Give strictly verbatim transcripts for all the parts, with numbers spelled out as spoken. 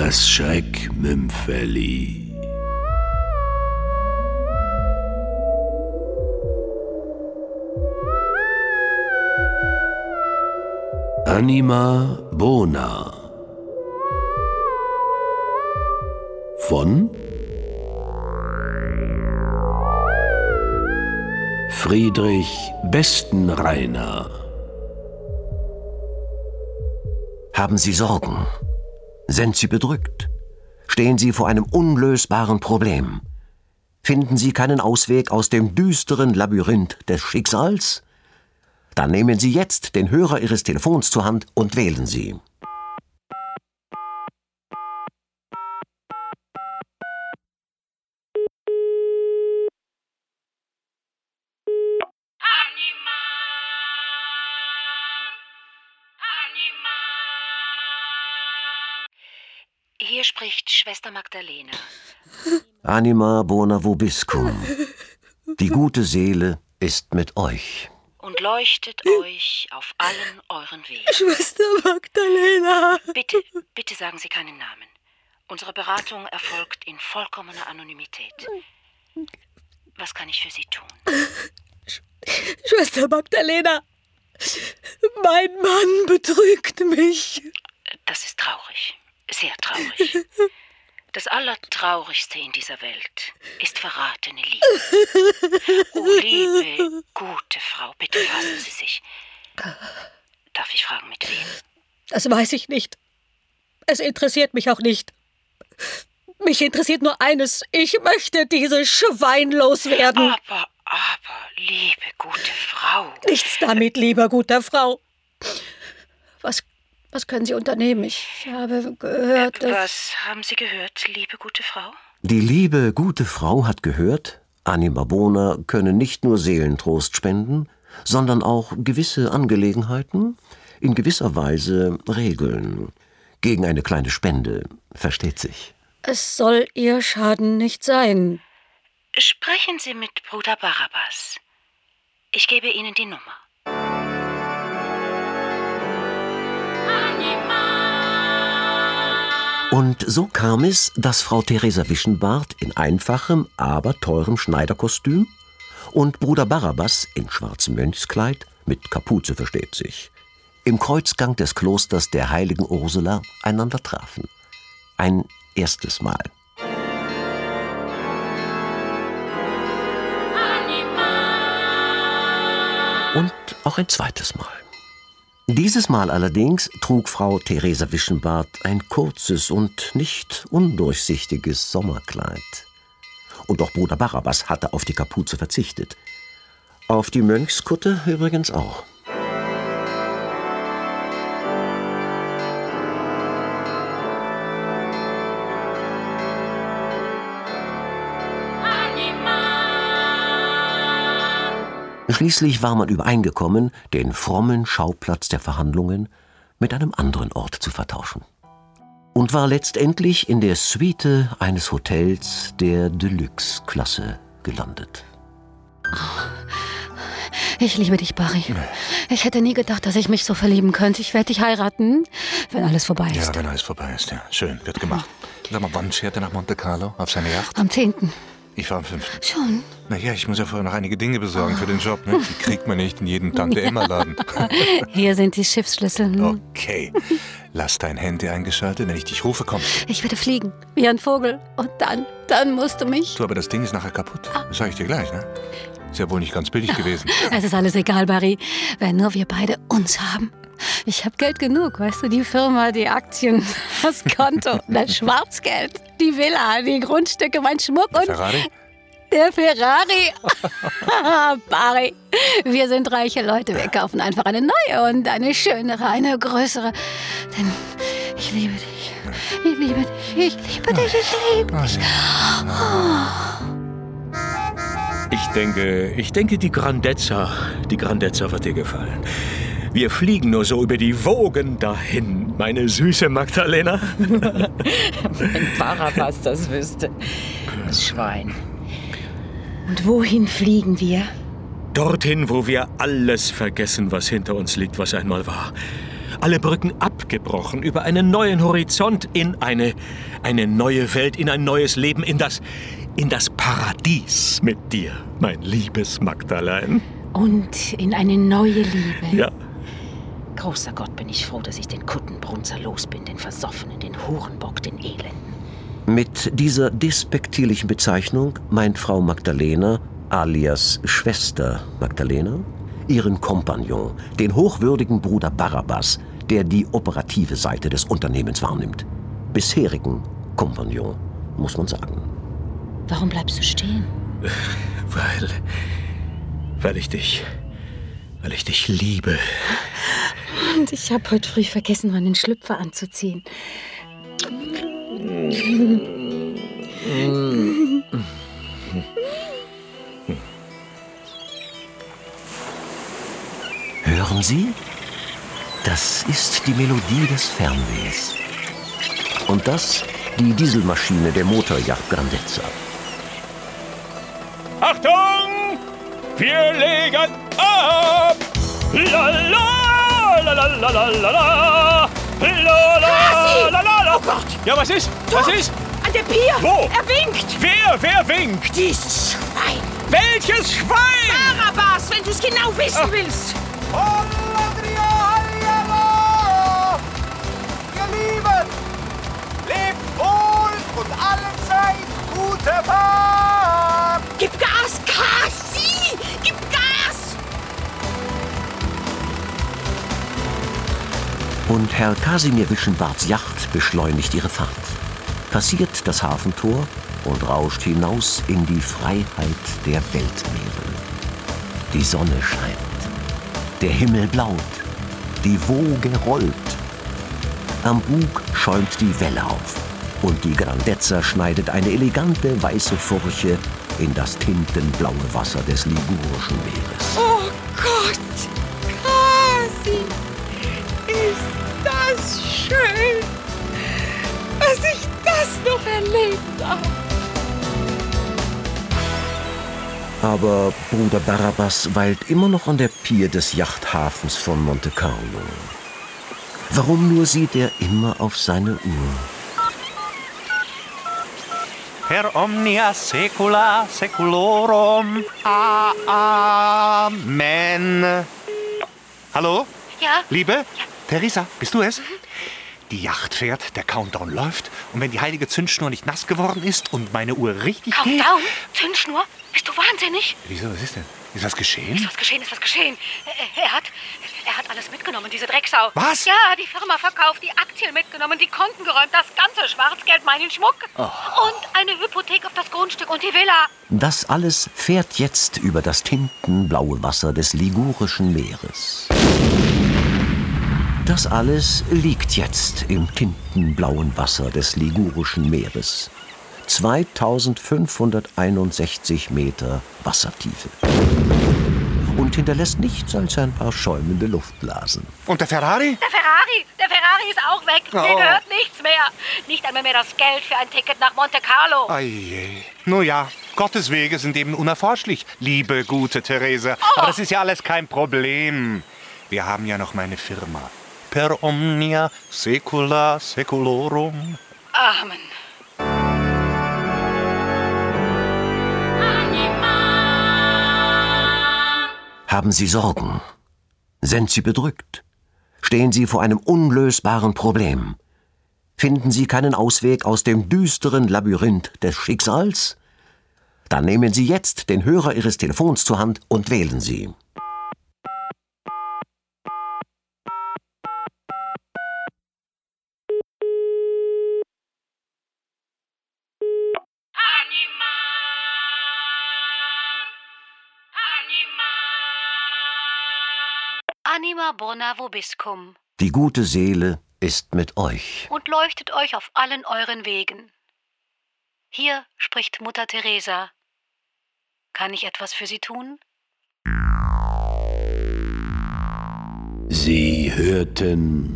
Das Schreckmümpferli. Anima Bona von Friedrich Bestenreiner. Haben Sie Sorgen? Sind Sie bedrückt? Stehen Sie vor einem unlösbaren Problem? Finden Sie keinen Ausweg aus dem düsteren Labyrinth des Schicksals? Dann nehmen Sie jetzt den Hörer Ihres Telefons zur Hand und wählen Sie. Hier spricht Schwester Magdalena. Anima bona vobiscum. Die gute Seele ist mit euch. Und leuchtet euch auf allen euren Wegen. Schwester Magdalena. Bitte, bitte sagen Sie keinen Namen. Unsere Beratung erfolgt in vollkommener Anonymität. Was kann ich für Sie tun? Sch- Schwester Magdalena, mein Mann betrügt mich. Das ist traurig. Sehr traurig. Das Allertraurigste in dieser Welt ist verratene Liebe. Oh, liebe, gute Frau, bitte fassen Sie sich. Darf ich fragen, mit wem? Das weiß ich nicht. Es interessiert mich auch nicht. Mich interessiert nur eines. Ich möchte dieses Schwein loswerden. Aber, aber, liebe, gute Frau. Nichts damit, lieber guter Frau. Was Was können Sie unternehmen? Ich habe gehört, dass... Was haben Sie gehört, liebe gute Frau? Die liebe gute Frau hat gehört, Anima bona könne nicht nur Seelentrost spenden, sondern auch gewisse Angelegenheiten in gewisser Weise regeln. Gegen eine kleine Spende, versteht sich. Es soll Ihr Schaden nicht sein. Sprechen Sie mit Bruder Barabbas. Ich gebe Ihnen die Nummer. Und so kam es, dass Frau Theresa Wischenbart in einfachem, aber teurem Schneiderkostüm und Bruder Barabbas in schwarzem Mönchskleid, mit Kapuze versteht sich, im Kreuzgang des Klosters der heiligen Ursula einander trafen. Ein erstes Mal. Und auch ein zweites Mal. Dieses Mal allerdings trug Frau Theresa Wischenbart ein kurzes und nicht undurchsichtiges Sommerkleid. Und auch Bruder Barabbas hatte auf die Kapuze verzichtet. Auf die Mönchskutte übrigens auch. Schließlich war man übereingekommen, den frommen Schauplatz der Verhandlungen mit einem anderen Ort zu vertauschen. Und war letztendlich in der Suite eines Hotels der Deluxe-Klasse gelandet. Ich liebe dich, Barry. Ich hätte nie gedacht, dass ich mich so verlieben könnte. Ich werde dich heiraten, wenn alles vorbei ist. Ja, wenn alles vorbei ist, ja. Schön, wird gemacht. Sag mal, wann fährt er nach Monte Carlo auf seine Yacht? Am zehnten Ich fahre am fünften Schon? Naja, ich muss ja vorher noch einige Dinge besorgen für den Job, ne? Die kriegt man nicht in jeden Tante-Emma-Laden. Hier sind die Schiffsschlüssel. Okay. Lass dein Handy eingeschaltet, wenn ich dich rufe, kommst du. Ich werde fliegen, wie ein Vogel. Und dann, dann musst du mich... Du, aber das Ding ist nachher kaputt. Das sag ich dir gleich, ne? Ist ja wohl nicht ganz billig gewesen. Es ist alles egal, Barry. Wenn nur wir beide uns haben. Ich habe Geld genug, weißt du, die Firma, die Aktien, das Konto, das Schwarzgeld, die Villa, die Grundstücke, mein Schmuck und... Ferrari? Der Ferrari. Barry, wir sind reiche Leute. Wir kaufen einfach eine neue und eine schönere, eine größere. Denn ich liebe dich. Ich liebe dich. Ich liebe dich. Ich liebe dich. Ich denke, ich denke, die Grandezza, die Grandezza wird dir gefallen. Wir fliegen nur so über die Wogen dahin, meine süße Magdalena. Wenn Barabbas das wüsste. Das Schwein. Und wohin fliegen wir? Dorthin, wo wir alles vergessen, was hinter uns liegt, was einmal war. alle Brücken abgebrochen, über einen neuen Horizont in eine, eine neue Welt, in ein neues Leben, in das, in das Paradies mit dir, mein liebes Magdalein. Und in eine neue Liebe. Ja. Großer Gott, bin ich froh, dass ich den Kuttenbrunzer los bin, den Versoffenen, den Hurenbock, den Elenden. Mit dieser despektierlichen Bezeichnung meint Frau Magdalena, alias Schwester Magdalena, ihren Kompagnon, den hochwürdigen Bruder Barabbas, der die operative Seite des Unternehmens wahrnimmt. Bisherigen Kompagnon, muss man sagen. Warum bleibst du stehen? Weil, weil ich dich, weil ich dich liebe. Und ich habe heute früh vergessen, meinen Schlüpfer anzuziehen. Hören Sie? Das ist die Melodie des Fernwehs. Und das die Dieselmaschine der Motorjacht Grandezza. Achtung! Wir legen ab! La la la la la la la la la la la la. Oh Gott! Ja, was ist? Was ist? An der Pier! Wo? Er winkt! Wer? Wer winkt? Dieses Schwein! Welches Schwein? Barabbas, wenn du es genau wissen Ach. willst! Ihr Lieben, lebt wohl und allezeit gute Fahrt! Gib Gas, Kasi! Gib Gas! Und Herr Kasimir Wischenbarts Yacht beschleunigt ihre Fahrt, passiert das Hafentor und rauscht hinaus in die Freiheit der Weltmeere. Die Sonne scheint, der Himmel blaut, die Woge rollt. Am Bug schäumt die Welle auf und die Grandezza schneidet eine elegante weiße Furche in das tintenblaue Wasser des Ligurischen Meeres. Oh Gott! Kasi! Ist das schön, dass ich das noch erlebt habe! Aber Bruder Barabbas weilt immer noch an der Pier des Yachthafens von Monte Carlo. Warum nur sieht er immer auf seine Uhr? Per omnia saecula saeculorum. Amen. Hallo? Ja? Liebe? Ja. Theresa, bist du es? Mhm. Die Yacht fährt, der Countdown läuft. Und wenn die heilige Zündschnur nicht nass geworden ist und meine Uhr richtig geht... Countdown? Zündschnur? Bist du wahnsinnig? Wieso, was ist denn? Ist was geschehen? Ist was geschehen, ist was geschehen. Er, er, hat, er hat alles mitgenommen, diese Drecksau. Was? Ja, die Firma verkauft, die Aktien mitgenommen, die Konten geräumt, das ganze Schwarzgeld, meinen Schmuck. Oh. Und eine Hypothek auf das Grundstück und die Villa. Das alles fährt jetzt über das tintenblaue Wasser des Ligurischen Meeres. Das alles liegt jetzt im tintenblauen Wasser des Ligurischen Meeres. zweitausendfünfhunderteinundsechzig Meter Wassertiefe. Und hinterlässt nichts als ein paar schäumende Luftblasen. Und der Ferrari? Der Ferrari, der Ferrari ist auch weg. Oh. Mir gehört nichts mehr. Nicht einmal mehr das Geld für ein Ticket nach Monte Carlo. Oje. Nun ja, Gottes Wege sind eben unerforschlich, liebe, gute Theresa. Oh. Aber das ist ja alles kein Problem. Wir haben ja noch meine Firma. Per omnia saecula saeculorum. Amen. Haben Sie Sorgen? Sind Sie bedrückt? Stehen Sie vor einem unlösbaren Problem? Finden Sie keinen Ausweg aus dem düsteren Labyrinth des Schicksals? Dann nehmen Sie jetzt den Hörer Ihres Telefons zur Hand und wählen Sie. Anima bona vobiscum. Die gute Seele ist mit euch. Und leuchtet euch auf allen euren Wegen. Hier spricht Mutter Teresa. Kann ich etwas für Sie tun? Sie hörten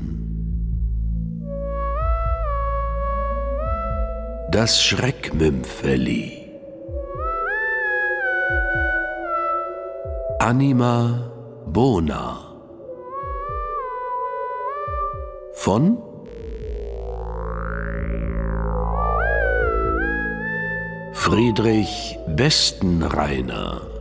das Schreckmümpfeli. Anima bona. von Friedrich Bestenreiner.